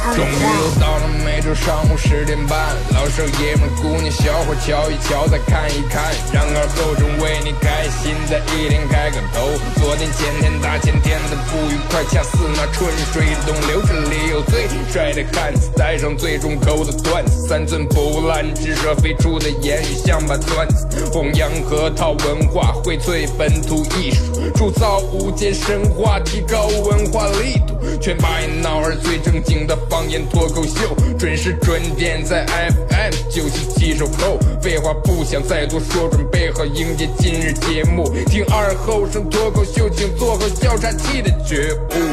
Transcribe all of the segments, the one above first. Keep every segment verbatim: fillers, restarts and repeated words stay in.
终于又到了每周上午十点半，老少爷们姑娘小伙瞧一瞧再看一看，然而后生为你开心的一天开个头。昨天前天大前天的不愉快，恰似那春水东流，这里有最帅的汉子带上最重口的段子，三寸不烂之舌飞出的言语像把钻子，弘扬河套文化荟萃本土艺术，铸造无间神话，提高文化力度，全把你闹儿最正经的方言脱口秀，准时准点在 F M 九十七首后。废话不想再多说，准备好迎接今日节目，听二后生脱口秀，请做好笑岔气的觉悟。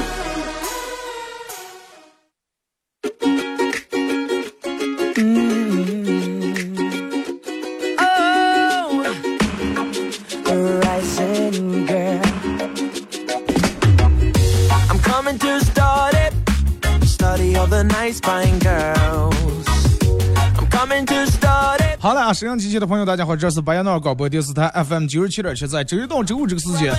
好了啊，沈阳机器的朋友大家好，这是白彦淖尔广播电视台 F M 九十七点七，在周一到周五这个时间，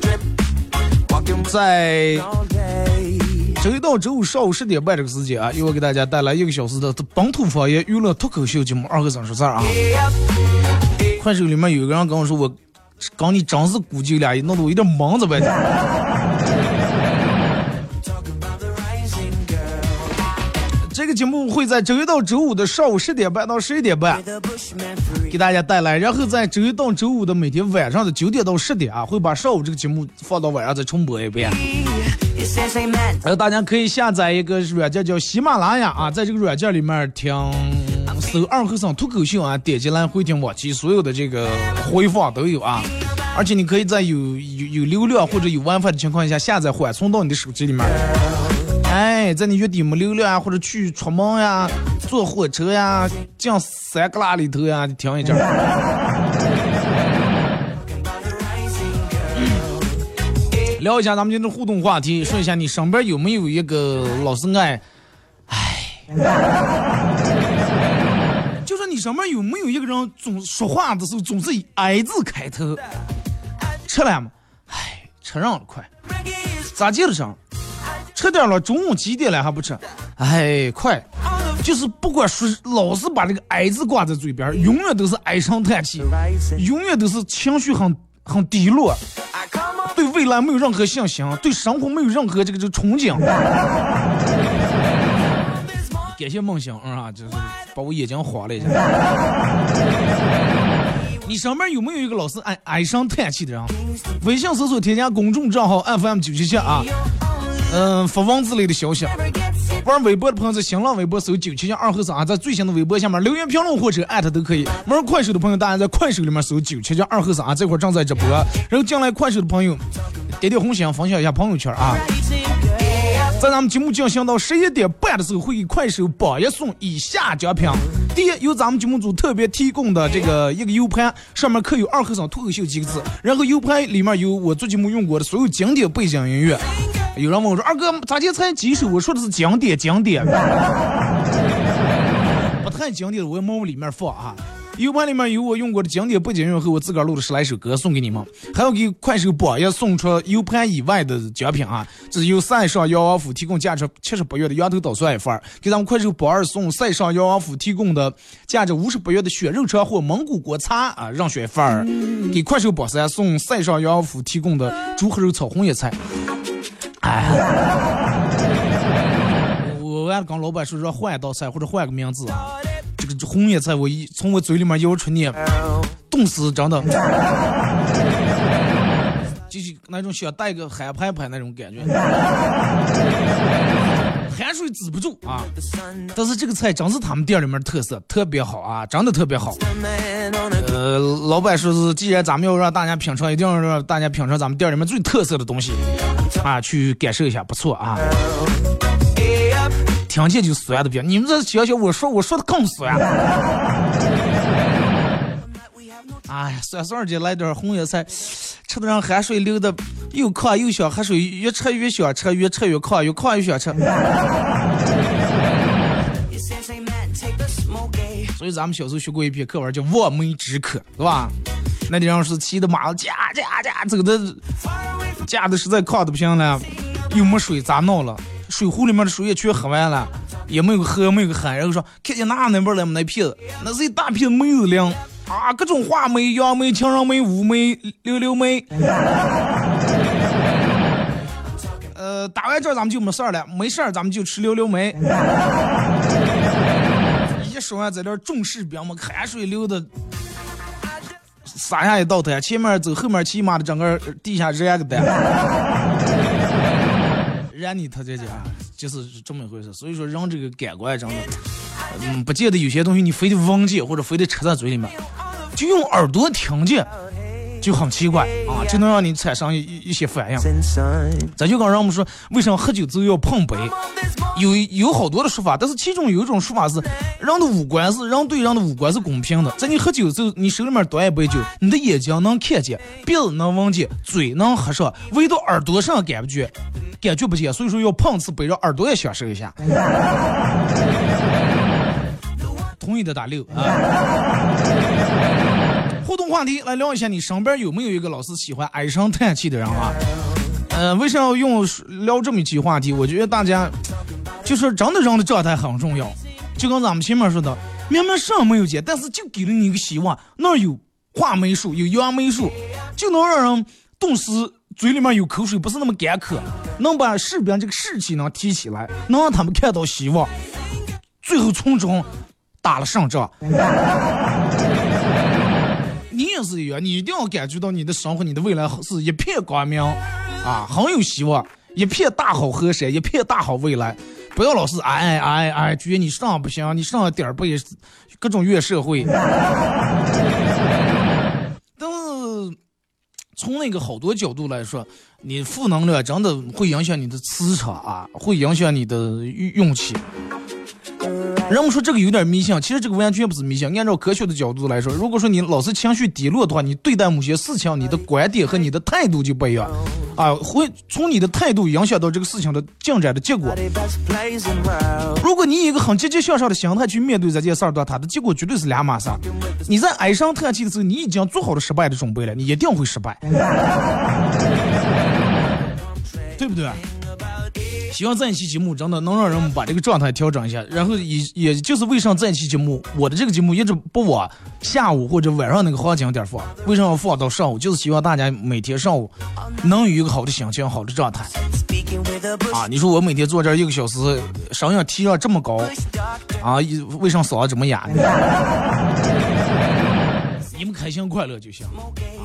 在周一到周五上午十点半这个时间啊，又会给大家带来一个小时的本土方言娱乐脱口秀节目二和尚说事儿啊。快手里面有一个人跟我说，我刚你真是估计俩弄得我有点忙着呗。这个节目会在周一到周五的上午十点半到十一点半给大家带来，然后在周一到周五的每天晚上的九点到十点啊，会把上午这个节目放到晚上再重播一遍。然后大家可以下载一个软件叫喜马拉雅啊，在这个软件里面听搜二和尚脱口秀啊，点击来回听往期所有的这个回放都有啊，而且你可以在有有有流量或者有 WiFi 的情况下下载缓冲到你的手机里面。哎，在你月底没流量啊，或者去出门呀、坐火车呀、进山旮旯里头呀，就听一阵。聊一下咱们今天的互动话题，说一下你身边有没有一个老是爱，哎，就是你身边有没有一个人总说话的时候总是以“哎”字开头？吃了吗？哎，吃上了，快，咋接得上？吃点了，中午几点了还不吃？哎，快！就是不管说，老是把这个“哀”字挂在嘴边，永远都是唉声叹气，永远都是情绪很很低落，对未来没有任何信心，对生活没有任何这个这个憧憬。感谢梦想啊，就是把我眼睛划了一下。你身边有没有一个老是唉唉声叹气的人？微信搜索添加公众账号 F M 九七七啊。嗯，发文字类的消息，玩微博的朋友在新浪微博搜九七七二和尚啊，在最新的微博下面留言评论或者艾特都可以。玩快手的朋友，大家在快手里面搜九七七二和尚啊，这会儿正在直播。然后进来快手的朋友，点点红心，分享一下朋友圈啊。在咱们节目进行到十一点半的时候，会以快手榜一送以下奖品。第一，由咱们节目组特别提供的这个一个 U 盘，上面刻有二和尚脱口秀几个字，然后 U 盘里面有我做节目用过的所有经典背景音乐。有人问我说：“二哥，咋就才几首？”我说的是经典，经典，不太经典的，我也往里面放啊。U 盘里面有我用过的经典背景音乐和我自个儿录的十来首歌送给你们，还要给快手榜也送出 U 盘以外的奖品啊！这是由赛上遥王府提供价值七十八元的羊头捣蒜一份，给咱们快手榜二送赛上遥王府提供的价值五十八元的血肉肠或蒙古国茶啊，让选份，给快手榜三送赛上遥王府提供的猪和肉炒红叶菜。哎，我完了跟老板说说换一道菜或者换个名字啊，这个红叶菜我一从我嘴里面摇出念，冻死真的，就是那种想带个海拍拍那种感觉，汗水止不住啊！但是这个菜真是他们店里面的特色，特别好啊，真的特别好。呃，老板说是，既然咱们要让大家品尝，一定要让大家品尝咱们店里面最特色的东西啊，去感受一下，不错啊。听见就酸的别，你们这小小我说我说的更酸。哎呀，酸酸姐来点红叶菜，吃的让汗水流的又渴又香，汗水越吃越香，吃越吃越渴，越渴越想吃。所以咱们小时候学过一篇课文叫望梅止渴，是吧？那地方是骑的马驾驾驾走的，驾的实在渴的不行了，又没水咋弄了？水壶里面的水也全喝完了， 也没有喝，没有喊，然后说看见哪那边来那片子，那是一大片梅子粮啊，各种话梅、杨梅、青杨梅、乌梅、溜溜梅。呃，打完这咱们就没事儿了，没事儿咱们就吃溜溜梅。一说完在这重视表嘛，汗水流的。撒下一道台，前面走，后面骑马的，整个地下热个蛋，燃你他这家就是这么一回事。所以说，让这个感官真的，嗯，不见得有些东西你非得忘记或者非得吃在嘴里面，就用耳朵听见，就很奇怪啊，就能让你产生一一些反应。咱就刚让我们说，为什么喝酒之后要碰杯？有有好多的说法，但是其中有一种说法是，人的五官是人对人的五官是公平的。在你喝酒之后，你手里面端一杯酒，你的眼睛能看见，鼻子能闻见，嘴能喝上，唯独耳朵上感觉感觉不见，所以说要碰次杯，让耳朵也享受一下。同意的打六啊。互动话题来聊一下，你身边有没有一个老是喜欢唉声叹气的人啊？呃，为什么要用聊这么一期话题？我觉得大家就是真的人的状态很重要。就跟咱们前面说的，明明什么没有见，但是就给了你一个希望，那儿有话梅树，有杨梅树，就能让人顿时嘴里面有口水，不是那么干渴，能把士兵这个士气能提起来，能让他们看到希望，最后从中打了胜仗。你也是一样，你一定要感觉到你的生活，你的未来是一片光明啊，很有希望，一片大好河山，一片大好未来。不要老是哎哎哎，觉得你上不行，你上点儿不也是各种越社会。但是从那个好多角度来说，你负能量真的会影响你的磁场啊，会影响你的运气。人们说这个有点迷信，其实这个完全不是迷信。按照科学的角度来说，如果说你老是情绪低落的话，你对待某些事情，你的观点和你的态度就不一样啊，会从你的态度影响到这个事情的进展的结果。如果你以一个很积极向上的心态去面对这件事儿的话，它的结果绝对是两码事。你在唉声叹气的时候，你已经做好了失败的准备了，你一定会失败，对不对？希望这一期节目真的能让人们把这个状态调整一下，然后也也就是为什么这一期节目，我的这个节目一直不往下午或者晚上那个黄金点放，为什么要放到上午？就是希望大家每天上午能有一个好的心情、好的状态啊！你说我每天坐这儿一个小时，声音提上这么高啊，为什么嗓子这么哑？你们开心快乐就行啊！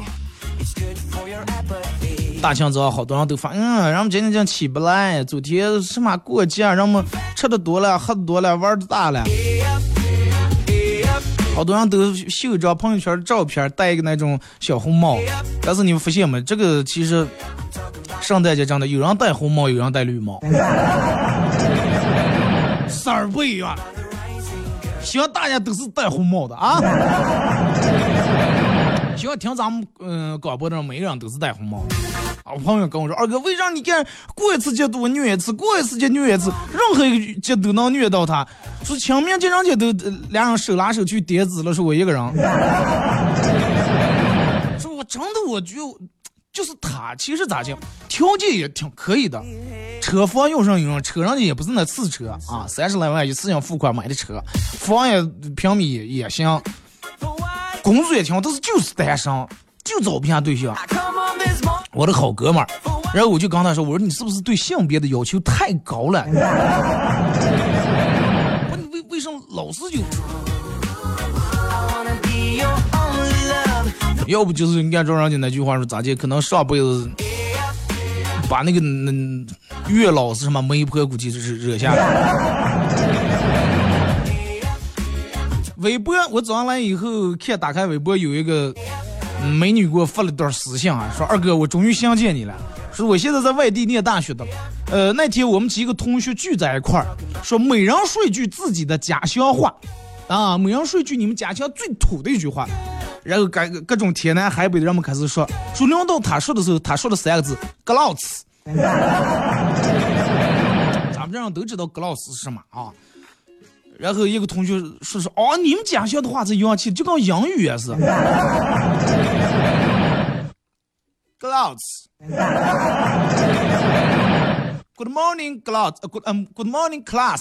大清早好多人都发，嗯，人们今天这样起不来，昨天什么过节，人们吃的多了，喝的多了，玩的大了，好多人都秀一张朋友圈的照片，戴一个那种小红帽。但是你们发现没？这个其实圣诞节真的有人戴红帽，有人戴绿帽，色儿不一样。希望大家都是戴红帽的啊！希望听咱们嗯、呃、广播的每个人都是戴红帽。啊，我朋友跟我说，二哥，为啥你看过一次节都虐一次，过一次节虐一次，任何一个节都能虐到他？说清明节人家都两人手拉手去叠字了，是我一个人。说我真的，我觉得就是他，其实咋讲，条件也挺可以的，车房有上有上，车上也不是那次车啊，三十来万一次性付款买的车，房也平米也也行，工作也挺好，但是就是单身，就找不下对象。我的好哥们儿，然后我就跟他说，我说你是不是对性别的要求太高了？不，你为为什么老是就？要不就是按照人家那句话说，咋的？可能上辈子把那个嗯月老是什么媒婆，估计就是惹下来。微博，我早上来以后看打开微博，有一个美女给我发了段私信啊，说二哥，我终于想见你了。说我现在在外地念大学的，呃，那天我们几个同学聚在一块儿，说每人说一句自己的家乡话，啊，每人说一句你们家乡最土的一句话。然后各各种天南海北的人们开始说，说轮到他说的时候，他说了三个字：格老斯。咱们这样都知道格老斯是什么啊？然后一个同学说说，哦，你们家乡的话是洋气，就跟英语也是。Clouds， Good morning class，Good 嗯 Good morning class。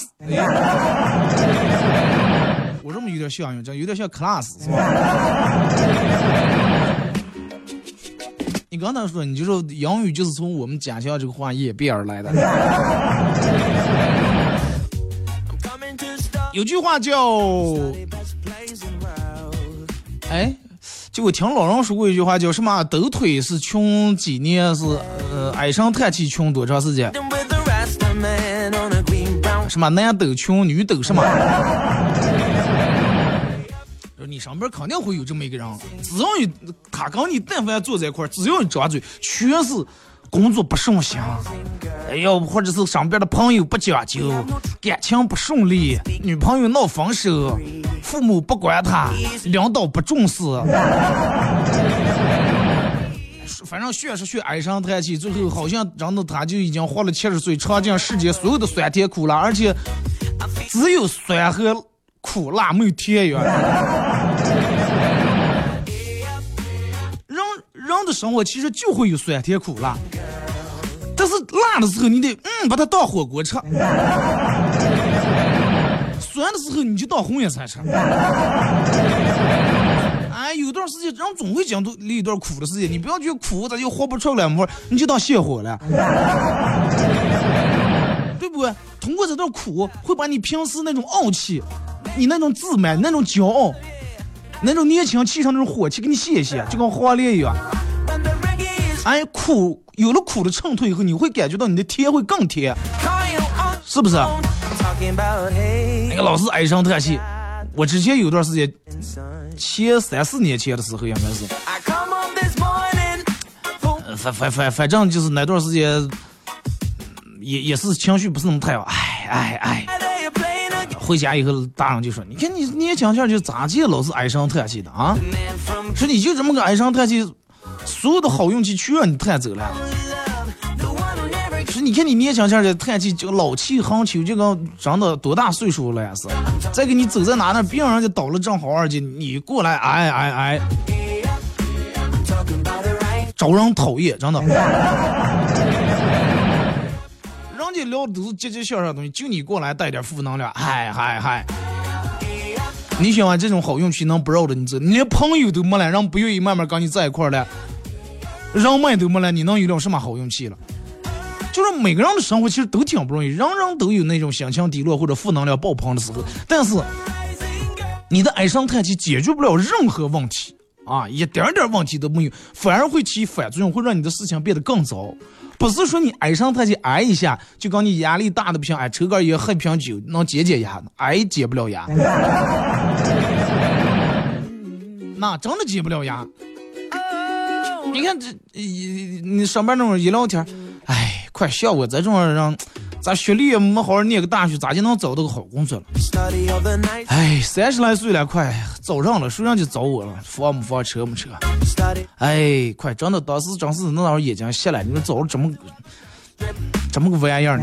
我这么有点像，这有点像 class 是吧？你刚才说，你就说英语就是从我们家乡这个话演变而来的。有句话叫，哎，就我听老人说过一句话，叫什么？抖腿是穷几年，是呃唉声叹气穷多长时间？什么男抖穷，女抖什么？你上边肯定会有这么一个人，只要你他跟你但凡坐在一块，只要你张嘴，全是工作不顺心，哎呦，或者是上边的朋友不讲究，感情不顺利，女朋友闹分手，父母不管他，领导不重视，反正学是学唉声叹气，最后好像真的他就已经活了七十岁，尝尽世间所有的酸甜苦辣，而且只有酸和苦辣没有甜呀。人人的生活其实就会有酸甜苦辣，但是辣的时候你得嗯把它当火锅吃，酸的时候你就当红叶菜吃。哎，有段时间人总会讲历一段苦的时间，你不要觉得苦咱就活不出来么，你就当泻火了。对不对？通过这段苦会把你平时那种傲气，你那种自满，那种骄傲，那种年轻气上那种火气给你泄泄，就跟花莲一样。哎，苦有了苦的衬托以后，你会感觉到你的甜会更甜，是不是？那个老是唉声叹气，我之前有段时间，前三四年前的时候应该是，反反反反正就是那段时间，也也是情绪不是那么太好，哎哎哎。回家以后，大人就说：“你看你年轻下就咋介老是唉声叹气的啊？说你就这么个唉声叹气，所有的好运气全让你叹走了。说你看你年轻下的叹气，这个老气横秋，这个长到多大岁数了呀？是再给你走在哪那，别让人家倒了正好二斤，你过来哎哎哎，招人讨厌，真的。”人家聊的都是积极向上的东西，就你过来带点负能量，嗨嗨嗨！你喜欢这种好运气能不绕着你走？你连朋友都没了，人不愿意慢慢跟你在一块了，人脉都没了，你能有了什么好运气了？就是每个人的生活其实都挺不容易，人人都有那种心情低落或者负能量爆棚的时候，但是你的唉声叹气解决不了任何问题啊，一点点问题都没有，反而会起反作用，会让你的事情变得更糟。不是说你唉声叹气挨一下，就跟你压力大的不行，哎，抽根烟喝一瓶酒能解解压，挨解不了压，那真的解不了压。你看这，你上班那种一聊天，哎，快笑我这种人，咱学历也没好好念个大学，咋就能找到个好工作了？哎，三十来岁了，快早上了，谁让就找我了？房没房，车没车？哎，快真的，当时真是那会眼睛瞎了，你们找了这么这么个玩意儿呢？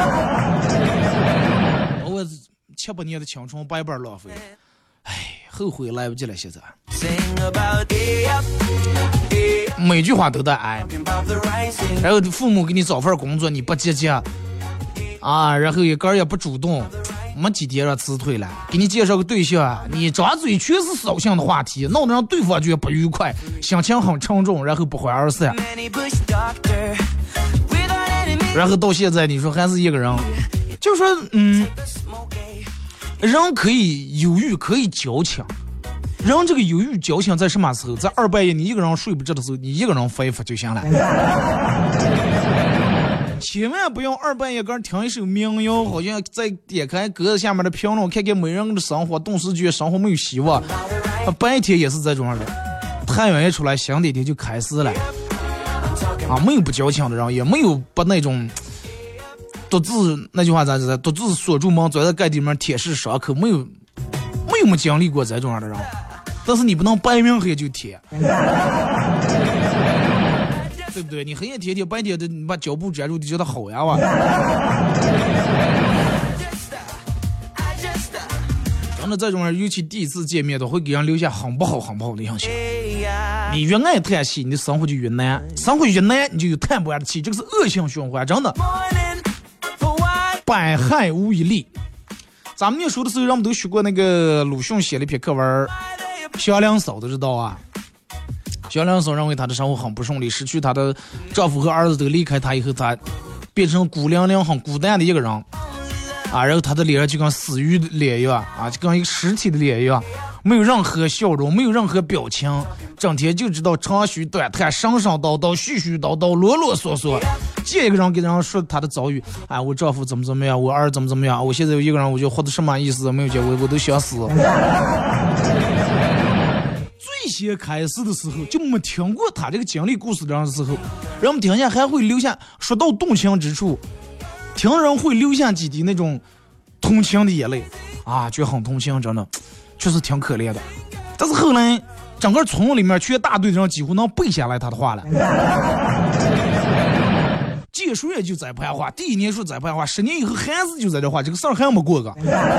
我七八年的青春白白浪费，哎，后悔来不及了。现在每句话都带爱，然后父母给你找份工作，你不积极啊，然后一个人也不主动，没几天让辞退了，给你介绍个对象，你张嘴全是扫兴的话题，闹得让对方觉得不愉快，心情很沉重，然后不欢而散。然后到现在你说还是一个人，就说嗯，人可以犹豫，可以矫情。人这个犹豫矫情在什么时候？在二半夜你一个人睡不着的时候，你一个人发一发就行了。千万不要二半夜刚听一首民谣，好像再点开格子下面的评论，看看每人的生活，顿时觉得生活没有希望。白天也是这种的，太阳一出来，新的一天就开始了。啊，没有不矫情的人，也没有不那种独自那句话咋子，独自锁住门，钻在盖地里面舔舐伤口，没有没有没经历过这种样的人。但是你不能白明黑就舔。对不对？你黑夜天天白天的，你把脚步遮住，你觉得好呀哇！真的这种人，尤其第一次见面，都会给人留下很不好、很不好的印象。你越爱叹气，你的生活就越难，生活越难，你就有叹不完的气，这个是恶性循环，真的。 百害无一利。咱们念书的时候，人们都学过那个鲁迅写了一篇课文《小两嫂》，都知道啊。小两嫂认为她的生活很不顺利，失去她的丈夫和儿子都离开她以后，她变成孤零零、很孤单的一个人啊。然后她的脸就跟死鱼的脸一样啊，就跟一个尸体的脸一样，没有任何笑容，没有任何表情，整天就知道长吁短叹、神神叨叨、絮絮叨叨、啰啰嗦嗦。见一个人给人说他的遭遇，哎，我丈夫怎么怎么样，我儿子怎么怎么样，我现在有一个人，我就活得什么意思没有见，我我都想死。最先开始的时候就没听过他这个经历故事的时候，人们听下还会留下，说到动情之处，听人会留下几滴那种同情的眼泪啊，觉得很同情，真的确实挺可怜的。但是后来整个村里面全大队的人几乎能背下来他的话了。结束也就在拍话，第一年说在拍话，十年以后孩子就在这话，这个事儿还没过个。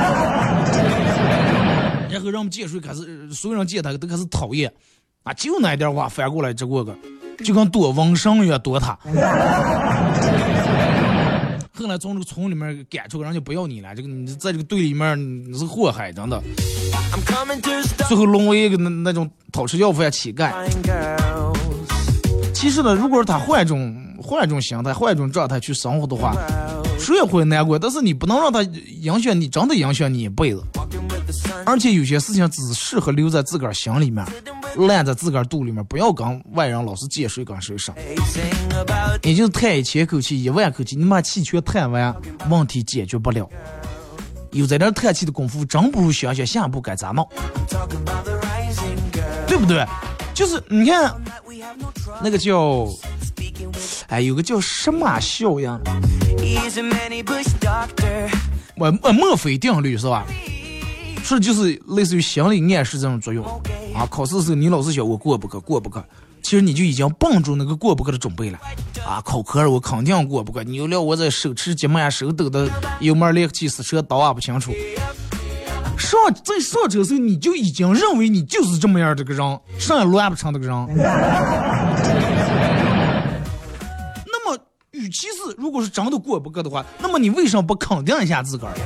然后让我们结束开始，所有人见他都开始讨厌啊，就那一点话翻过来这过个，就跟躲瘟神一样躲他。后来从这个村里面赶出，人家不要你了，这个你在这个队里面你是祸害，真的。最后沦为一个那那种讨吃要饭乞丐。其实呢，如果是他换一种换一种心态、换一种状态去生活的话，谁也会难过。但是你不能让他影响你，真的影响你一辈子。而且有些事情只适合留在自个儿心里面，烂在自个儿肚里面，不要跟外人老是借谁跟谁上。也就是叹一千口气、一万口气，你把气全叹完，问题解决不了。有在这叹气的功夫，真不如想想下一步该咋弄，对不对？就是你看那个叫哎有个叫什么效应，我墨菲定律是吧？是就是类似于心理暗示这种作用啊。考试的时候你老是想我过不可过不可，其实你就已经帮助那个过不可的准备了啊。考科我肯定过不可，你有了我在手持节慢手抖的油门裂气死车倒啊不清楚。上在上车时候你就已经认为你就是这么样这个人，上也乱不成这个人。那么与其是如果是真的过不可的话，那么你为什么不肯定一下自个儿？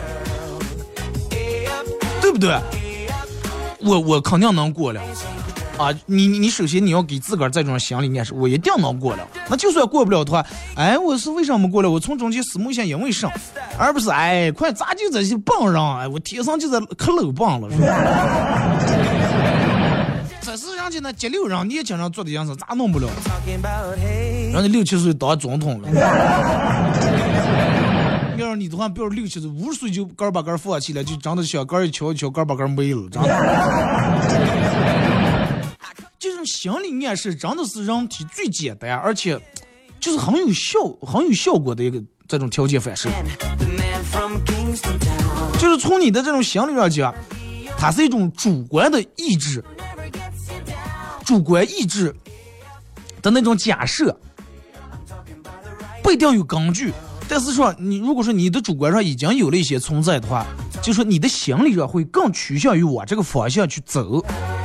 对不对？我我肯定能过了啊！你你首先你要给自个儿这种心理暗示，我一定能过了。那就算过不了的话，哎，我是为什么没过了？我从中间死目线因为上，而不是哎，快咋就在这棒上？哎，我天上就在可漏棒了，是吧？这是人家那接六人年轻人做的样子，咋弄不了？人家六七岁当总统了。要是你的话，比如六七岁、五十岁就杆把杆放弃了，就长得小杆一敲一敲，杆把杆没了，真的。这种心理暗示真的是人体最简单，而且就是很有效、很有效果的一个这种条件反射。就是从你的这种心理上讲，它是一种主观的意志，主观意志的那种假设，不一定有根据。但是说你如果说你的主观上已经有了一些存在的话，就说你的心理上会更趋向于往这个方向去走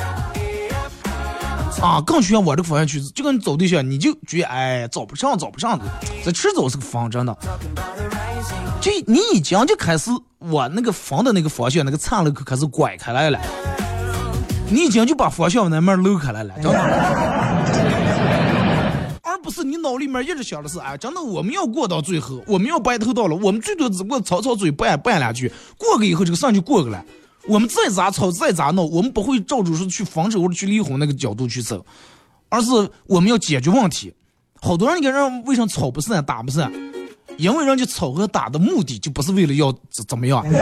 啊，更趋向往这个方向去走。就跟你走对象，你就觉得哎找不上找不上的，这迟早是个方针的。就你已经就开始往那个方的那个方向那个岔路口开始拐开来了，你已经就把方向那面搂开来了，真的。而不是你脑里面一直想的是，哎，真的我们要过到最后，我们要白头到了，我们最多只过吵吵嘴拌拌两句，过个以后这个事就过个了。我们再咋吵再咋闹，我们不会照着说去分手或者去离婚那个角度去走，而是我们要解决问题。好多人你看人为什么吵不散打不散，因为人家吵和打的目的就不是为了要怎么样，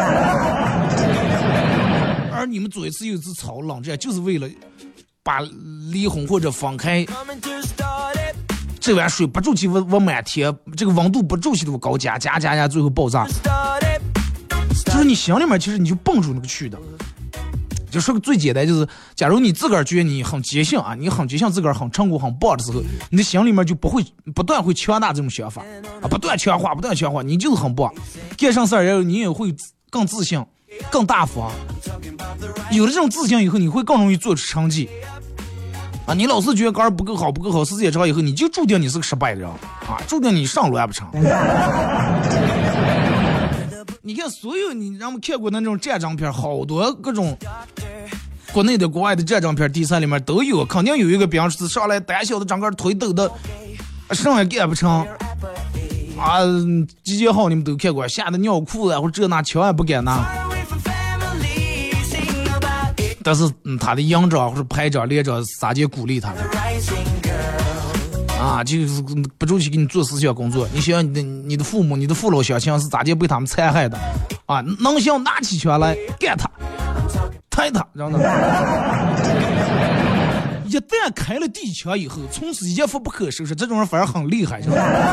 而你们左一次右一次吵冷战就是为了把离婚或者分开这碗水不住气我我满天，这个温度不住气的我高加加加加，最后爆炸。就是你心里面其实你就蹦出那个去的。就说个最简单，就是假如你自个儿觉得你很节性啊，你很节性，自个儿很成功很棒的时候，你的心里面就不会不断会强大这种想法啊，不断强化不断强化，你就是很棒。干上事儿然后你也会更自信更大方，有了这种自信以后，你会更容易做出成绩啊！你老是觉得杆儿不够好不够好，时间长以后你就注定你是个失败的人啊，注定你上路还不成。 你看所有你让我们看过那种战争片，好多各种国内的国外的战争片题材里面都有，肯定有一个兵士上来胆小的整个腿抖的上也干不成啊，集结号你们都看过，吓得尿裤子或者这那枪也不敢拿。但是、嗯、他的营长或者排长连长撒姐鼓励他啊，就是不住去给你做思想工作。你想你的你的父母你的父老乡亲是咋就被他们残害的啊？能想拿起枪来干他抬他，然后呢一旦开了地枪以后，从此一发不可收拾。这种人反而很厉害，是吧？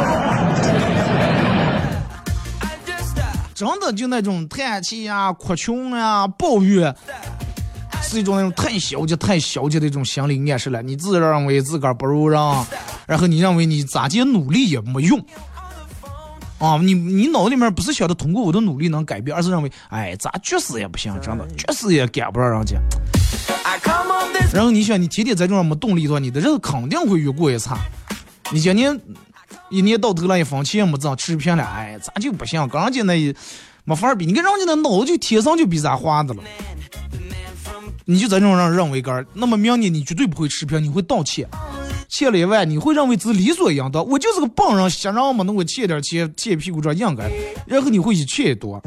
真的就那种叹气啊、哭穷啊、抱怨，是一种那种太消极、太消极的一种心理暗示了。你自认为自个儿不如人，然后你认为你咋接努力也没用啊！你你脑里面不是想着通过我的努力能改变，而是认为哎咋就是也不行，真的就是也赶不上人家。然后你想，你天天在这种没动力的话，你的日子肯定会越过越差。你今年一年到头来一分钱也没挣，吃平了，哎，咱就不行，跟人家那没法比。你跟人家那脑子就天生就比咱花的了，你就在这种让认为干，那么明年你绝对不会吃平，你会道歉，欠了一万，你会认为自己理所应当。我就是个笨人，想让我们能够欠点钱，欠屁股这应该，然后你会一欠一多。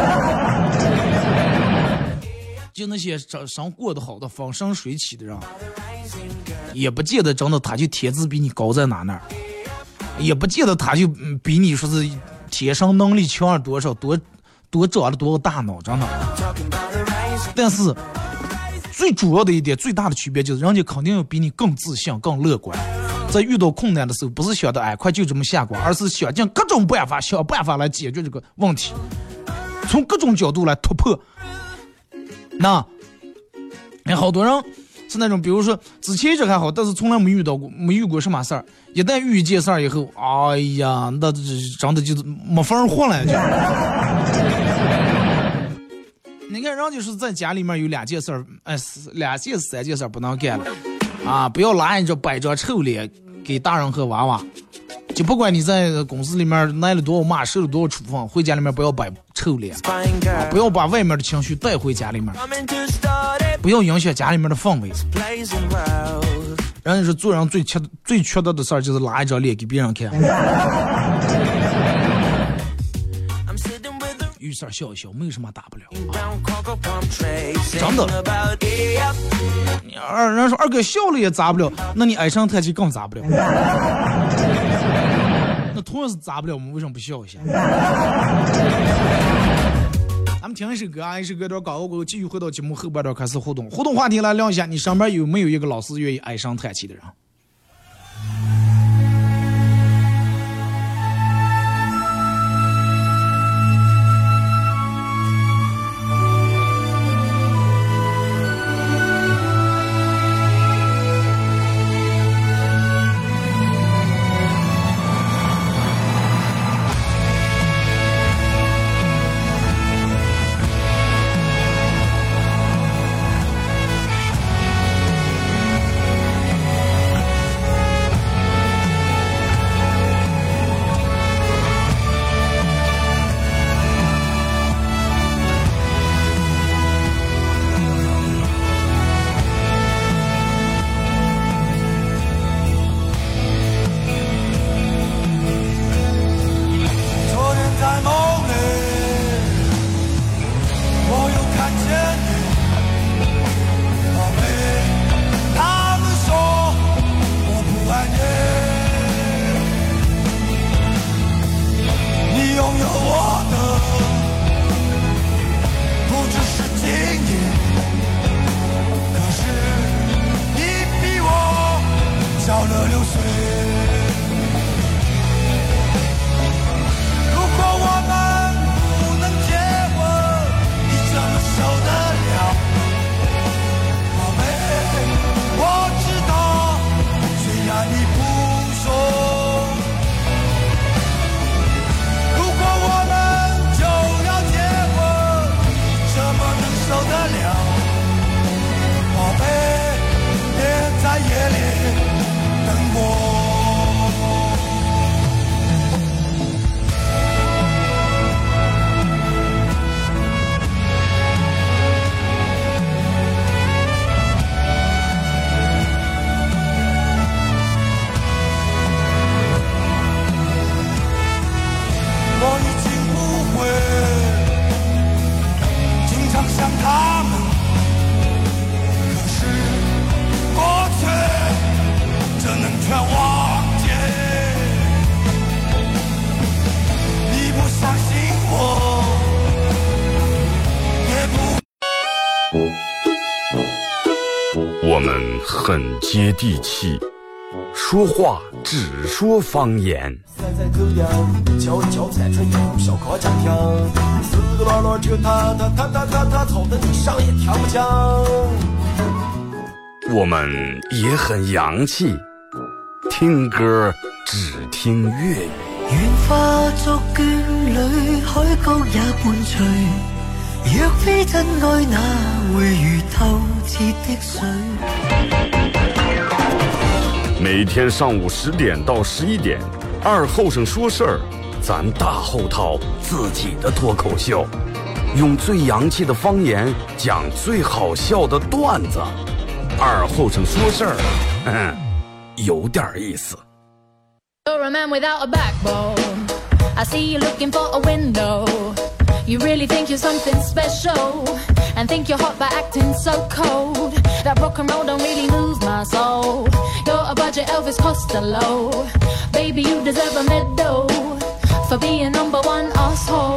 就那些生过得好的风生水起的人，也不见得真的他就天资比你高在哪那儿，也不见得他就比你说是天生能力强了多少，多多长了多少大脑，真的。但是最主要的一点，最大的区别就是人家肯定要比你更自信、更乐观。在遇到困难的时候，不是想的哎快就这么下关，而是想尽各种办法，想办法来解决这个问题，从各种角度来突破。那，哎，好多人是那种，比如说之前一直还好，但是从来没遇到过，没遇过什么事儿。一旦遇一件事儿以后，哎呀，那真的就是没法活了就。你看，人就是在家里面有两件事儿，哎，两件三件事儿不能干了啊！不要拉着摆着臭脸给大人和娃娃。就不管你在公司里面挨了多少骂，受了多少处分，回家里面不要摆臭脸、啊，不要把外面的情绪带回家里面，不要影响家里面的氛围。人家说做人最缺最缺德的事儿就是拉一张脸给别人看。遇事儿笑一笑，没有什么大不了。啊、真的，二人说二哥笑了也砸不了，那你唉声叹气更砸不了。那同样是砸不了，我们为什么不笑一下？咱们听一首歌啊，一首歌段搞过后，继续回到节目后半段开始互动。互动话题来聊一下，你身边有没有一个老师愿意唉声叹气的人？ 很接地气，说话只说方言。我们也很洋气，听歌只听粤语。 愿化作眷侣，海角也伴随。若非真爱，哪會如透徹的水？ 每天上午十點到十一點，二後生說事兒，咱大後套自己的脫口秀，用最洋氣的方言講最好笑的段子。二後生說事兒，嗯，有點意思。 You're a man without a backbone. I see you looking for a window. You really think you're something special, and think you're hot by acting so cold. That rock and roll don't really move my soul. You're a budget Elvis Costello. Baby, you deserve a medal for being number one asshole.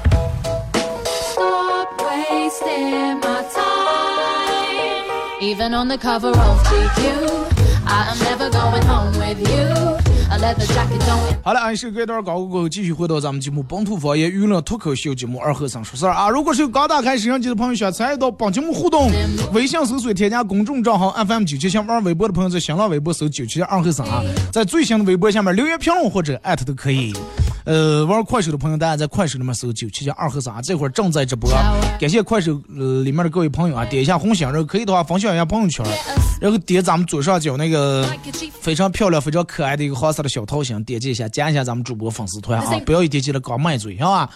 Stop wasting my time. Even on the cover of G Q, I am never going home with you. 好了，按时隔一段高过后，继续回到咱们节目本土方言娱乐脱口秀节目二和尚说事儿啊！如果是有刚打开摄像机的朋友，想参与到本节目互动，微信搜索添加公众账号 F M 九七七，玩微博的朋友在新浪微博搜九七七二和尚啊，在最新的微博下面留言评论或者艾特都可以。呃，玩快手的朋友，大家在快手里面搜九七七二和尚啊，这会儿正在直播，感谢快手呃里面的各位朋友啊，点一下红心，然后可以的话分享一下朋友圈，然后点咱们左上角那个非常漂亮、非常可爱的一个黄色的小头像，点击一下，加一下咱们主播粉丝团啊，不要一点击了刚卖嘴，是吧？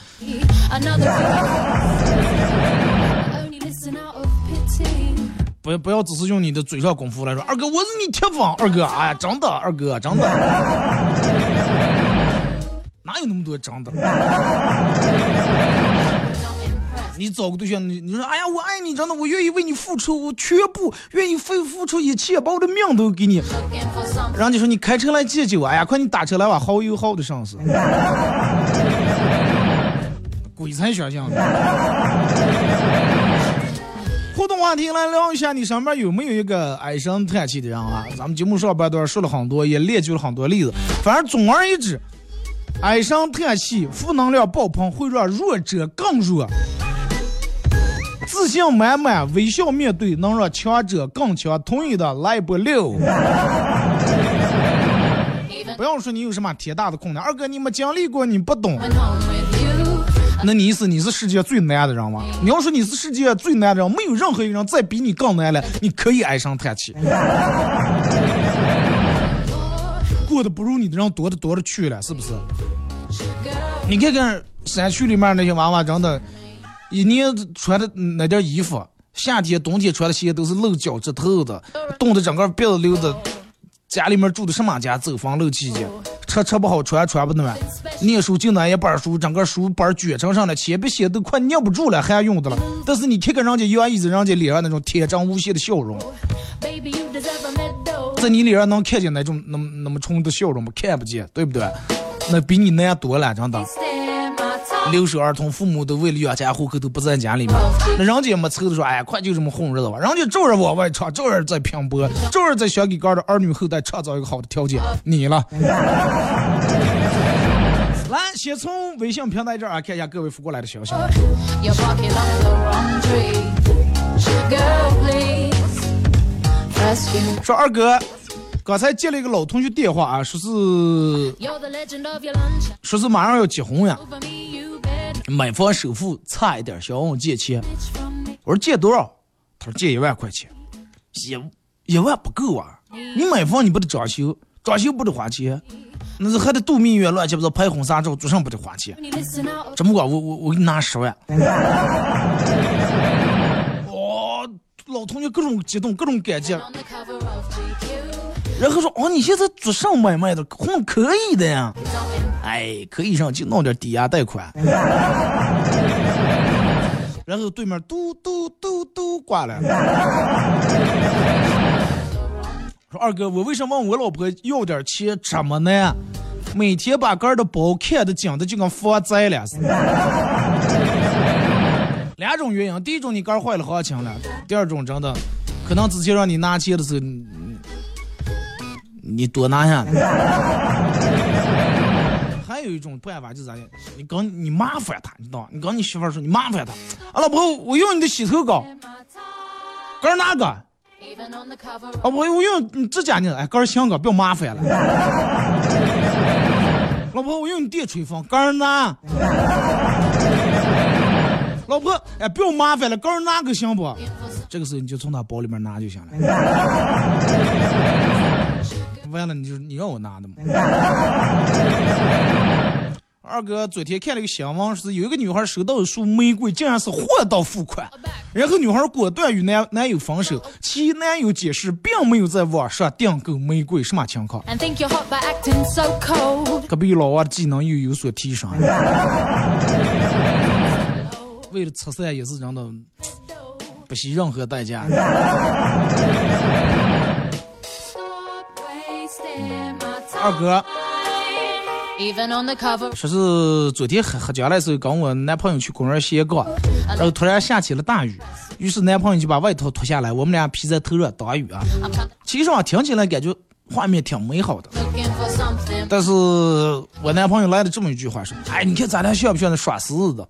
不要不要只是用你的嘴上功夫来说，二哥我是你铁粉，二哥哎呀，真的，二哥真的，哪有那么多真的？你找个对象，你你说哎呀，我爱你，真的，我愿意为你付出，我全部愿意付付出一切，把我的命都给你。然后你说你开车来戒酒，哎呀，快你打车来吧，好有好的上司。鬼才想象。互动话题来聊一下，你身边有没有一个唉声叹气的人啊？咱们节目上半段说了很多，也列举了很多例子。反正总而言之，唉声叹气、负能量爆棚，会让弱者更弱。自信满满，微笑面对，能让强者更强。同意的来一波六。不要说你有什么铁大的困难，二哥你们经历过，你不懂。那你意思你是世界最难的人吗？你要说你是世界最难的人，没有任何一个人再比你更难了，你可以唉声叹气。过得不如你的人多的多的去了，是不是？你看看山区里面那些娃娃，真的。一年穿的那点衣服，夏天冬天穿的鞋都是露脚趾头的，冻得整个鼻子流的。家里面住的什么家，走风漏气的，车车不好穿，穿不暖。念书就那一本书，整个书本卷成上了，铅笔写都快念不住了，还用的了。但是你看看人家杨一子，人家脸上那种天真无邪的笑容，在你脸上能看见那种那么那么冲的笑容吗？看不见，对不对？那比你难多了，真的。留守儿童，父母都为了养家糊口都不在家里面，那人家也没愁的说，哎，快就这么混日子吧。人家照样往外闯，照样在拼搏，照样在想给个的儿女后代创造一个好的条件。你了，来，先从微信平台这儿啊，看一下各位发过来的消息。说二哥。刚才接了一个老同学电话啊，说是说是马上要结婚呀，买房首付差一点，想问我借钱。我说借多少？他说借一万块钱。一一万不够啊！你买房你不得装修，装修不得花钱，那是还得度蜜月乱七八糟拍婚纱照，做上不得花钱。这么管我我我给你拿十万。哦，老同学各种激动，各种感激。然后说哦，你现在做上买卖的，哼，可以的呀。哎，可以上就弄点抵押贷款。然后对面嘟嘟嘟嘟挂了。说二哥，我为什么问我老婆要点钱？怎么呢？每天把个的包看的紧的就跟发财了似的。两种原因，第一种你肝坏了行情了，第二种真的。 可能之前让你拿钱的时候，你, 你多拿下来。还有一种办法就是啥呢？你跟你麻烦他，你知道吗？你跟你媳妇说你麻烦他，啊老婆，我用你的洗头膏，干哪个？啊我我用你指甲呢，哎干香港不要麻烦了。老婆，我用你电吹风，干哪？老婆，哎不要麻烦了，干哪个行不？这个时候你就从他包里面拿就行了。完了，你就你让我拿的吗？二哥昨天看了一个新闻，是有一个女孩收到一束玫瑰，竟然是货到付款，然后女孩果断与男男友分手，其男友解释并没有在网上订购玫瑰，什么情况？可比老娃的技能又有所提升。为了慈善也是真的不惜任何代价。二哥说是昨天喝喝酒的时候跟我男朋友去公园歇逛，然后突然下起了大雨，于是男朋友就把外套脱下来，我们俩披在头上挡雨啊。其实啊听起来感觉画面挺美好的，但是我男朋友来了这么一句话说，哎你看咱俩像不像那耍狮子的？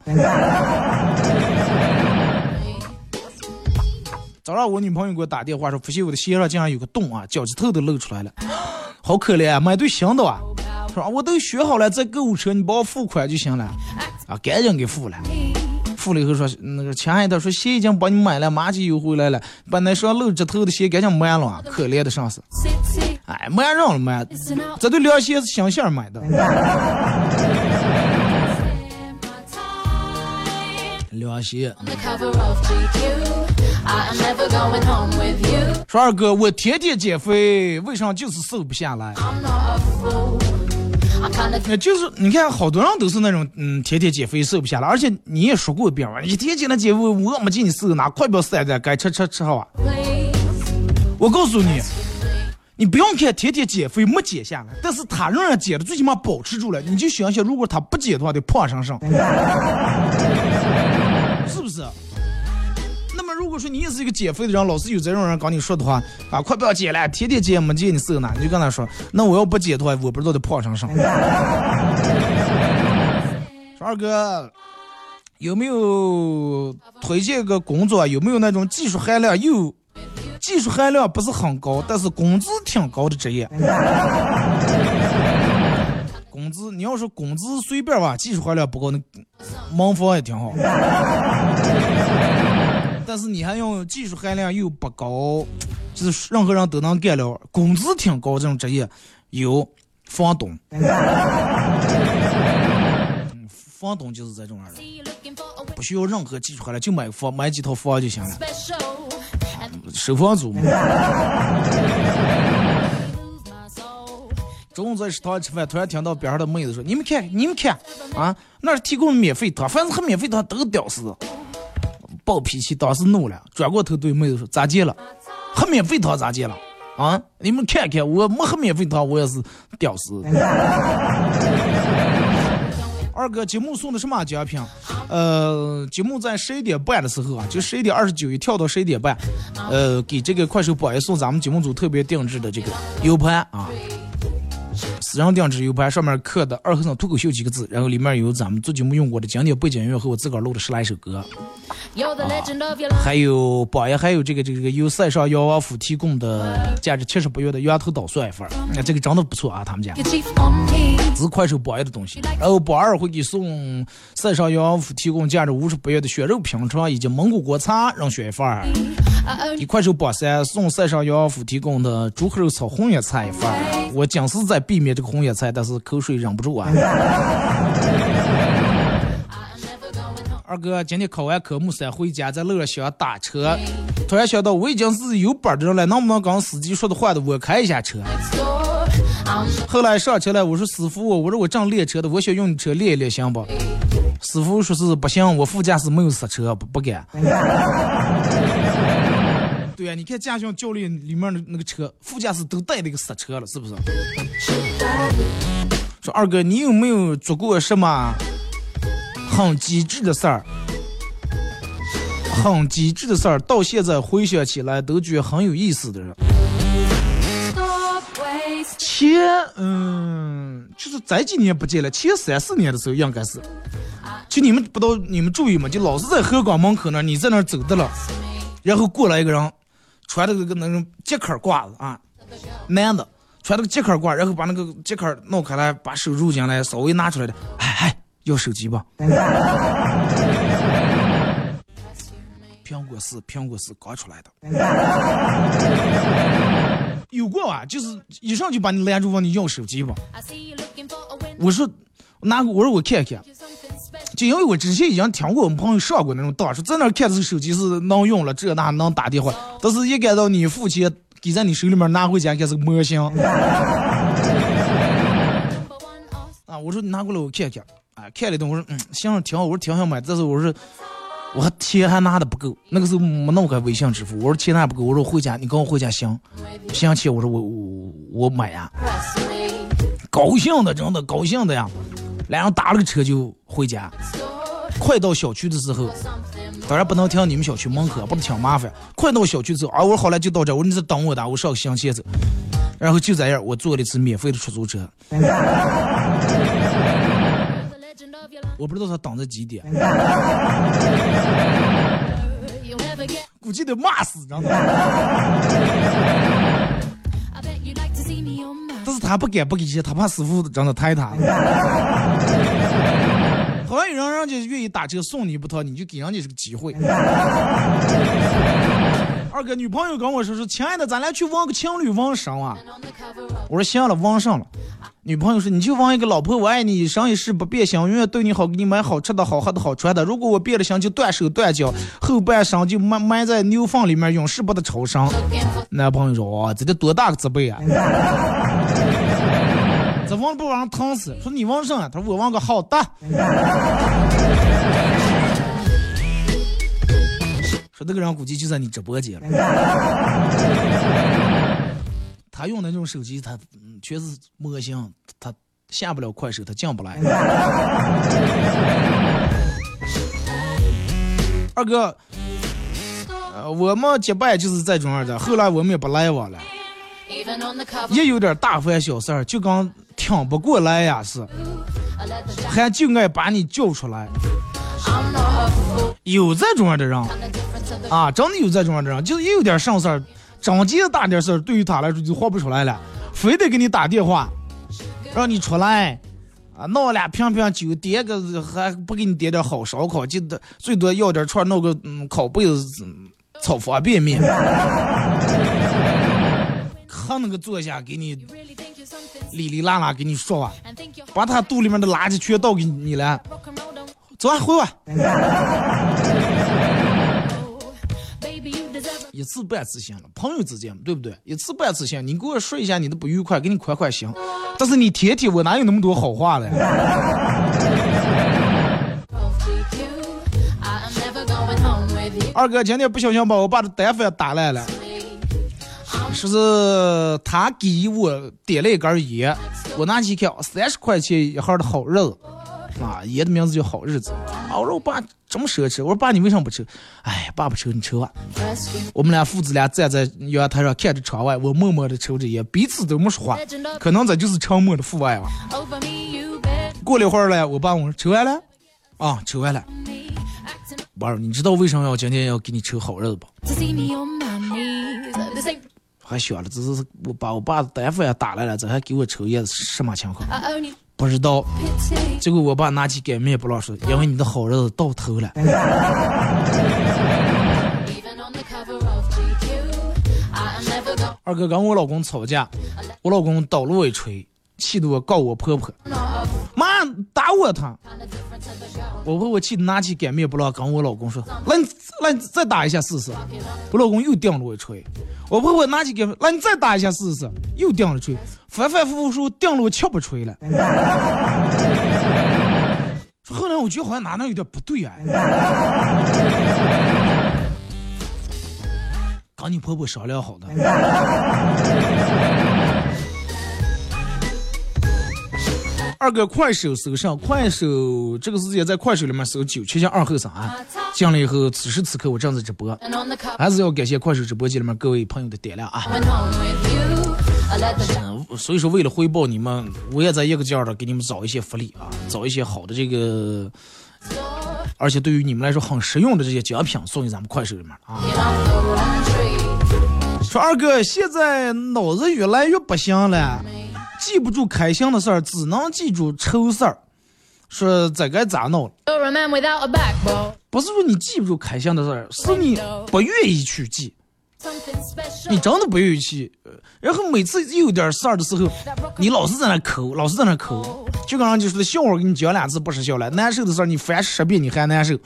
早上我女朋友给我打电话说，发现我的鞋上竟然有个洞啊，脚趾头都露出来了，好可怜啊，买对新的啊。说我都学好了，在购物车你帮我付款就行了啊，赶紧给付了。付了以后说，那个亲爱的说鞋已经帮你买了，马上又回来了，把那双露指头的鞋赶紧买了啊，可怜的上司。哎，买上了买，这对凉鞋是香线买的。凉鞋。说二哥，我天天减肥，为啥就是瘦不下来？就是你看好多人都是那种嗯天天减肥瘦不下来，而且你也说过一遍吧，你天天的减肥我没见你瘦哪，快不要塞在该吃吃吃好啊。我告诉你，你不用看天天减肥没减下来，但是他仍然减的最起码保持住了，你就想想如果他不减的话得胖上上，是不是？那么如果说你也是一个减肥的人，老是有这种人跟你说的话啊，快不要减了，天天减没见你瘦呢，你就跟他说，那我要不减的话，我不知道得胖上上。说二哥，有没有推荐个工作？有没有那种技术含量又技术含量不是很高，但是工资挺高的职业？工资你要说工资随便吧，技术含量不高，那门房也挺好。但是你还用技术含量又不高，就是任何人都能干了，工资挺高这种职业有房东。嗯，房东就是这种样的，不需要任何技术含量，就买房买几套房就行了，收房租嘛。中午在食堂吃饭，突然听到边上的妹子说：“你们看，你们看啊，那儿提供免费汤，反正喝免费汤都屌丝。”暴脾气，当时怒了，转过头对妹子说：“咋接了？喝免费汤咋接了？啊，你们看看，我没喝免费汤，我也是屌丝。”二哥，节目送的什么奖品？呃，节目在十一点半的时候啊，就十一点二十九一跳到十一点半，呃，给这个快手宝爷送咱们节目组特别定制的这个 U 盘啊。私人定制 U 盘，上面刻的二和尚脱口秀几个字，然后里面有咱们做节目用过的经典背景音乐和我自个儿录的十来首歌，啊、还有宝爷，还有这个这个由塞上姚王府提供的价值七十八元的羊头捣蒜一份，那这个真的不错啊，他们家这是快手宝爷的东西。然后宝二会给送塞上姚王府提供价值五十八元的血肉平川以及蒙古国茶让选一份，给快手宝三送塞上姚王府提供的猪口肉炒红叶菜一份。我讲是在避免这个红叶菜，但是口水忍不住啊。二哥今天考完科目三回家，在路上想打车，突然想到我已经是有本的人了，能不能跟司机说的话的我开一下车？后来上车了，我说师傅，我说我正练车的，我想用你车练一练行不？师傅说是不行，我副驾驶没有刹车，不不敢。对呀、啊，你看驾校教练里面的那个车，副驾驶都带那个刹车了，是不是？说二哥，你有没有做过什么很机智的事儿？ 很机智的事儿，到现在回想起来都觉得很有意思的人。前嗯，就是这几年不见了，前三四年的时候应该是，就你们不都你们注意吗？就老是在河广门口那儿，你在那儿走的了，然后过来一个人，穿的个那种夹克褂子啊，男的穿那个夹克褂，然后把那个夹克弄开来，把手入进来，稍微拿出来的，哎哎，要手机吧？苹果四，苹果四刚出来的。有过啊，就是一上就把你拦住问你要手机吧。我说拿我说我看看，就因为我之前已经听过我们朋友上过那种道，说在那看的手机是能用了，这那能打电话，但是一感到你付钱给在你手里面拿回家，看是个模型。啊，我说你拿过来我看看，啊，看了一顿，我说嗯行挺好，我说挺想买，但是我说。我钱还拿的不够，那个时候没弄开微信支付，我说钱还不够，我说回家你跟我回家行，行钱我说我我我买呀，高兴的真的高兴的呀，然后打了个车就回家，快到小区的时候，当然不能停你们小区门口，不能挺麻烦，快到小区之后啊，我说好了就到这，我说你再等我的，我上个乡下走，然后就在这儿我坐了一次免费的出租车。我不知道他等着几点，估计得骂死，知道吗？但是他不敢不给钱，他怕师傅真的抬他。好像有人人家愿意打车送你一趟，你就给人家这个机会。二哥女朋友跟我说说，亲爱的，咱俩去玩个情侣纹身啊。我说行了，纹上了。女朋友说，你就纹一个老婆我爱你一生一世不变心，永远对你好，给你买好吃的好喝的好穿的，如果我变了心就断手断脚，后半生就埋埋在牛粪里面永世不得超生。男朋友说，哇，这得多大个责备啊，这纹不纹疼死。说你纹上啊，他说我纹个好的。说这个人估计就在你直播间了。他用的那种手机，他、嗯、全是模型，他下不了快手，他进不来。二哥，呃，我们结拜就是在这样的，后来我们也不来往了，也有点大烦小事儿，就刚挺不过来呀，是，还就爱把你叫出来。有这种样的人啊，真的有这种样的人，就是也有点上事儿。长结大点事儿，对于他来说就活不出来了，非得给你打电话，让你出来啊，闹俩瓶瓶酒，点个还不给你点点好烧烤，记得最多要点串，弄个嗯烤被子、嗯、炒方便面，还能够坐下给你哩哩啦啦给你说话，把他肚里面的垃圾全倒给你了，走啊，回吧。一次半次行了，朋友之间对不对？一次半次行，你给我说一下你的不愉快，给你快快行。但是你天天我哪有那么多好话了呀？二哥今天不小心把我爸的单反打烂了，说是他给我点了一根烟，我拿起看，三十块钱一盒的好日子啊，烟的名字叫好日子啊。我说我爸这么奢侈，我说爸你为什么不抽？哎，爸不抽你抽啊。我们俩父子俩站在阳台上看着窗外，我默默的抽着烟，彼此都没说话，可能这就是沉默的父爱吧。过了一会儿了，我爸问我抽完了啊，抽完了。爸，你知道为什么要今天要给你抽好日子不？还小了，只是我把我爸的单反打来了，这还给我抽烟，什么情况？不知道。结果我爸拿起擀面不老说，因为你的好日子到头了。二哥跟我老公吵架，我老公倒了我一锤，气得我告我婆婆，妈打我他。我婆婆气得拿起擀面不老跟我老公说，来你来你再打一下试试。我老公又顶了我一锤，我婆婆拿起擀面，来你再打一下试试，又顶了锤，反反复复说顶了我七八锤了。后来我觉得好像哪哪有点不对啊，跟你婆婆商量好的。 二哥快手搜上，快手这个时间在快手里面搜九七七二后三啊。进了以后，此时此刻我正在直播，还是要感谢快手直播间里面各位朋友的点亮啊。嗯，所以说为了回报你们，我也在一个劲儿的给你们找一些福利啊，找一些好的这个，而且对于你们来说很实用的这些奖品送给咱们快手里面啊。说二哥现在脑子越来越不行了，记不住开心的事儿，只能记住愁事儿。说这该咋弄？不是说你记不住开心的事儿，是你不愿意去记，你真的不愿意去。然后每次有点事儿的时候，你老是在那抠，老是在那抠，就刚刚就说笑话给你讲两次不是笑了，难受的事儿你翻十遍你还难受。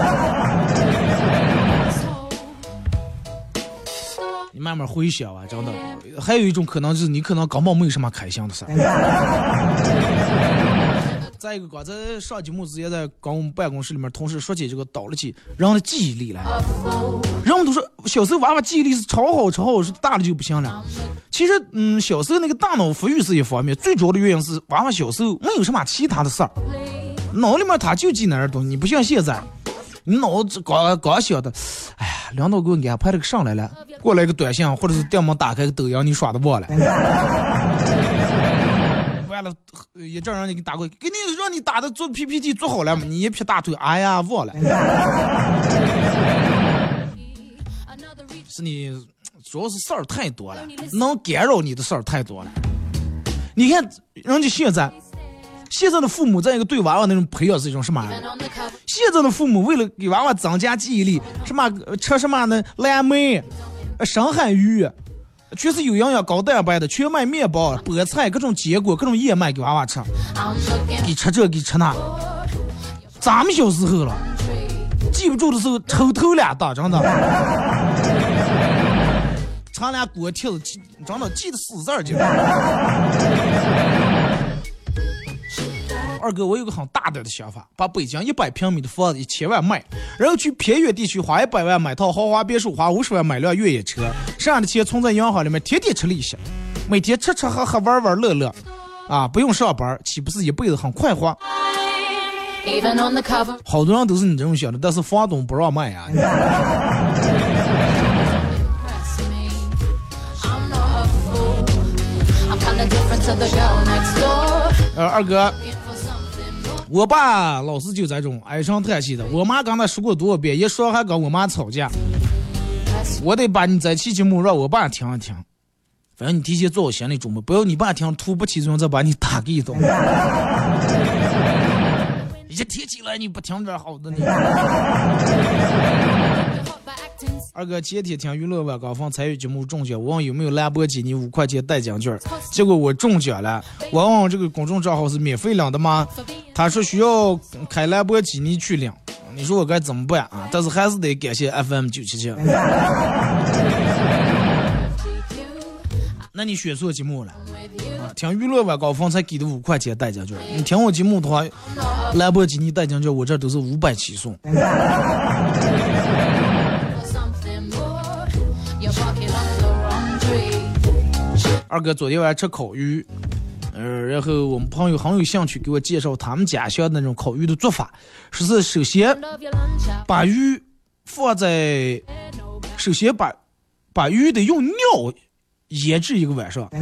你慢慢回想啊，真的。还有一种可能就是你可能根本没有什么开心的事儿。再一个，刚才上节目之前在跟我们办公室里面同事说起这个倒了起人的记忆力来，人们都说小时候娃娃记忆力是超好超好，是大了就不行了。其实，嗯，小时候那个大脑发育是一方面，最主要的原因是娃娃小时候没有什么其他的事儿，脑里面他就记那点东西。你不像现在，你脑子刚刚想的，哎呀，领导给我安排了个上来了，过来个短信或者是电门打开个抖音，你耍的忘了。完了，一阵让你给打过去，给你让你打的做 P P T 做好了嘛，你一撇大腿，哎呀忘了。是你主要是事儿太多了，能干扰你的事儿太多了。你看人家现在现在的父母在一个对娃娃那种培养是一种什么？现在的父母为了给娃娃增加记忆力，什么吃什么呢？蓝莓、深海鱼。全是有营养高蛋白的，全麦面包、菠菜、各种坚果、各种燕麦给娃娃吃，给吃这给吃那。咱们小时候了，记不住的时候抽头俩大，真的。尝俩锅贴子，真的记得死字儿就。二哥，我有个很大胆的想法，把北京一百平米的房子一千万卖，然后去偏远地区花一百万买套豪华别墅，花五十万买辆越野车，剩下的钱存在银行里面，天天吃利息，每天吃吃喝喝玩玩乐乐，啊，不用上班，岂不是一辈子很快活？好多人都是你这种想的，但是房东不让卖呀。呃，二哥。我爸老是就这种唉声叹气的，我妈刚才说过多少遍，一说还跟我妈吵架，我得把你这期节目让我爸听一听，反正你提前做好心理准备，不要你爸听突不其中再把你打给一顿。一提起来你不听点好的你。二哥前天听娱乐晚高峰参与节目中奖，我问有没有兰博基尼五块钱代奖券，结果我中奖了。我问这个公众账号是免费领的吗？他说需要开兰博基尼去领。你说我该怎么办啊？但是还是得感谢 F M 九七七。那你选错节目了啊！听娱乐晚高峰才给的五块钱代奖券，你听我节目的话，兰博基尼代奖券我这都是五百起送。二哥昨天晚上吃烤鱼，呃，然后我们朋友很有兴趣给我介绍他们家乡那种烤鱼的做法，说是首先把鱼放在，首先把把鱼得用尿腌制一个晚上，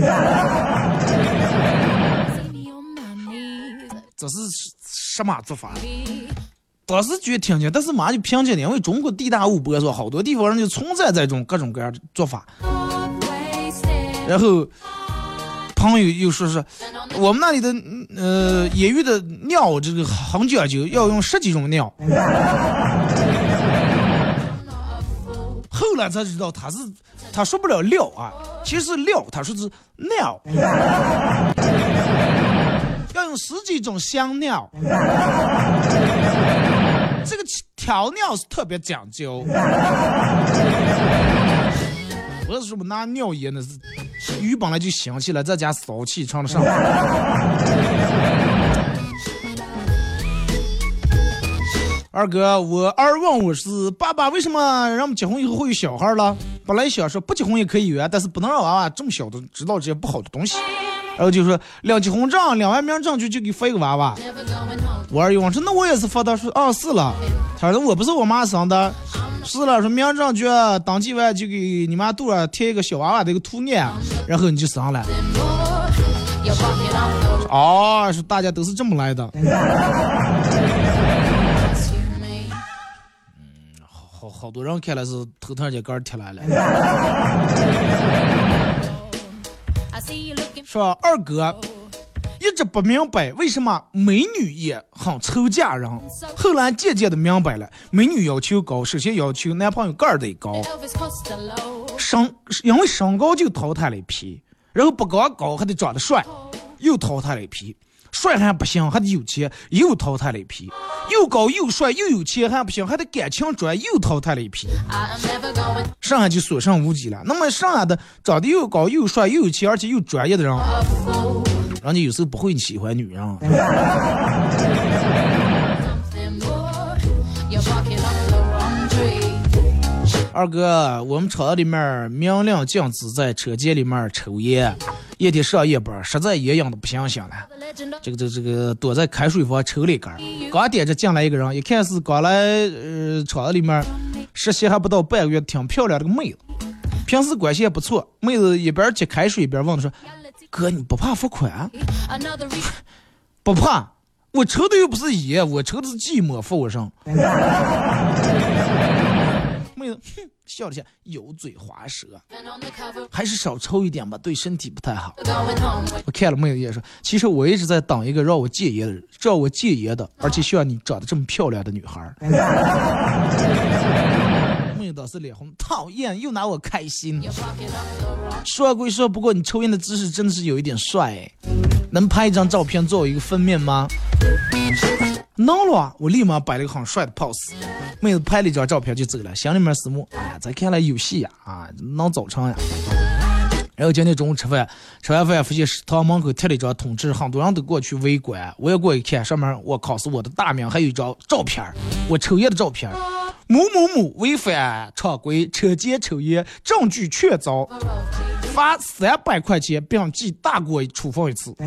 这是什么做法？当时觉得听见，但是马上就凭借的，因为中国地大物博，说好多地方人就存在这种各种各样的做法。然后朋友又说是我们那里的呃野鱼的尿这个很讲究，要用十几种尿。后来才知道他是他说不了料啊，其实是料，他说是尿，要用十几种香料。这个调料是特别讲究。不是说不拿尿腌的，是鱼本来就香气了，再加骚气唱得上。二哥，我儿问我是爸爸，为什么让我们结婚以后会有小孩了？本来想说不结婚也可以有啊，但是不能让娃娃这么小的知道这些不好的东西。 然后就说领结婚证，领完名证就就给发一个娃娃。我儿子说那我也是发的，说啊是了。他说我不是我妈生的，是了，说名证就登记完就给你妈肚上贴一个小娃娃的一个图案，然后你就生了。哦，说大家都是这么来的。好好多人看来是头头这杆贴来了。说二哥一直不明白为什么美女也很抽嫁人，后来渐渐的明白了，美女要求高，首先要求男朋友个儿得高，身因为身高就淘汰了一批，然后不高高还得长得帅，又淘汰了一批。帅还不行，还得有钱，又淘汰了一批；又高又帅又有钱还不行，还得感情专，又淘汰了一批。剩下就所剩无几了。那么剩下的长得又高又帅又有钱而且又专业的人，人家有时候不会喜欢女人。二哥，我们厂子里面明令禁止在车间里面抽烟，夜天上夜班，实在烟瘾的不行行了。这个这个这个躲在开水房抽了一根，刚点着进来一个人，一看是刚来呃厂子里面实习还不到半个月，挺漂亮的个妹子，平时关系也不错。妹子一边接开水一边问他说：“哥，你不怕罚款？”不怕，我抽的又不是烟，我抽的是寂寞附身。妹子哼笑了下，油嘴滑舌，还是少抽一点吧，对身体不太好。我看了妹子也说，其实我一直在等一个让我戒烟的人，让我戒烟的，而且像你长得这么漂亮的女孩。妹子倒是脸红，讨厌，又拿我开心。说归说，不过你抽烟的姿势真的是有一点帅哎，能拍一张照片作为一个封面吗？能了，我立马摆了个很帅的 pose， 妹子拍了一张照片就走了，心里面思慕，哎呀，咱看来有戏呀，啊，能早成呀。然后今天中午吃饭，吃完饭发现食堂门口贴了一张通知，很多人都过去围观，我也过去看，上面我靠是我的大名，还有一张照片，我抽烟的照片，某某某违反常规车间抽烟，证据确凿，罚三百块钱，并记大过处分一次。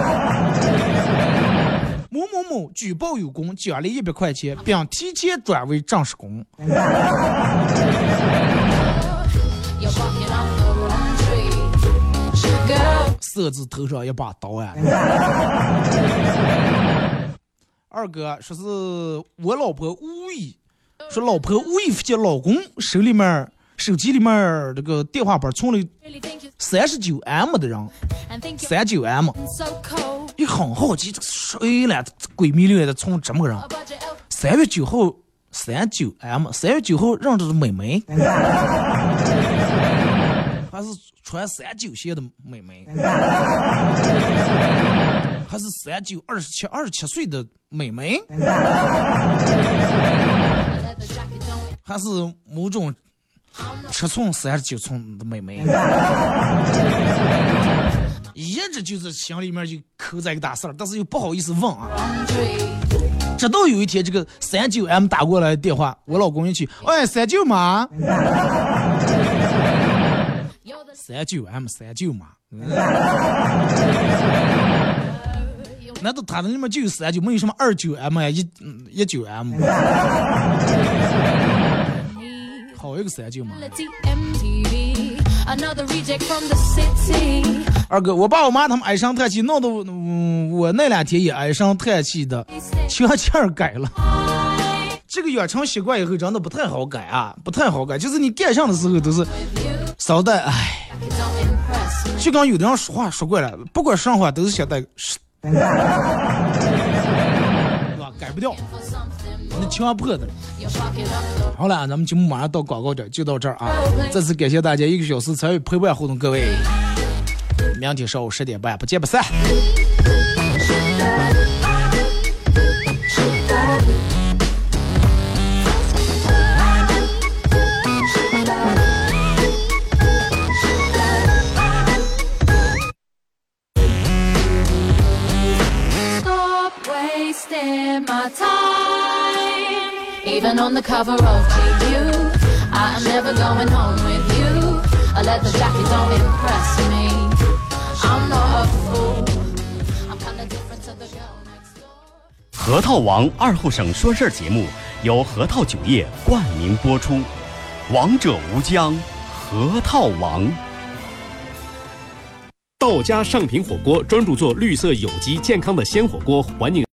某某某举报有功，奖励一百块钱，并提前转为正式工。色字头上一把刀啊！二哥说是我老婆无意，说老婆无意发现老公手里面手机里面这个电话本存了三十九 M 的人，三九 M。也很好奇，这个谁来鬼迷恋的从这么个人？三月九号三九 M， 三月九号认识的美眉，还是穿三九鞋的美眉，还是三九二十七二十七岁的美眉，还是某种尺寸三十九寸的美眉？一直就是心里面就扣在一个大事儿，但是又不好意思问啊。直到有一天，这个三九 M 打过来的电话，我老公一去，喂，三九嘛，三九 M 三九嘛，难道他的里面就有三九，没有什么二九 M 呀，一一九 M， 好一个三九嘛。二哥，我爸我妈他们唉声叹气，闹得、嗯、我那两天也唉声叹气的，腔气儿改了。这个养成习惯以后真的不太好改啊，不太好改。就是你干上的时候都是稍带，唉，就刚有的人说话说过来了，不管说话都是想带，对吧？改不掉，那强迫的。好了，咱们节目马上到广告点，就到这儿啊！再次感谢大家一个小时参与陪伴互动，各位。明天上午十点半不见不散。 Stop wasting my time, even on the cover of G U. I'm never going home with you. I let the jacket don't impress me. I'm not a 核桃王二后省说事儿节目由核桃酒业冠名播出，王者无疆，核桃王。 道家上品火锅专注做绿色有机健康的鲜火锅，欢迎。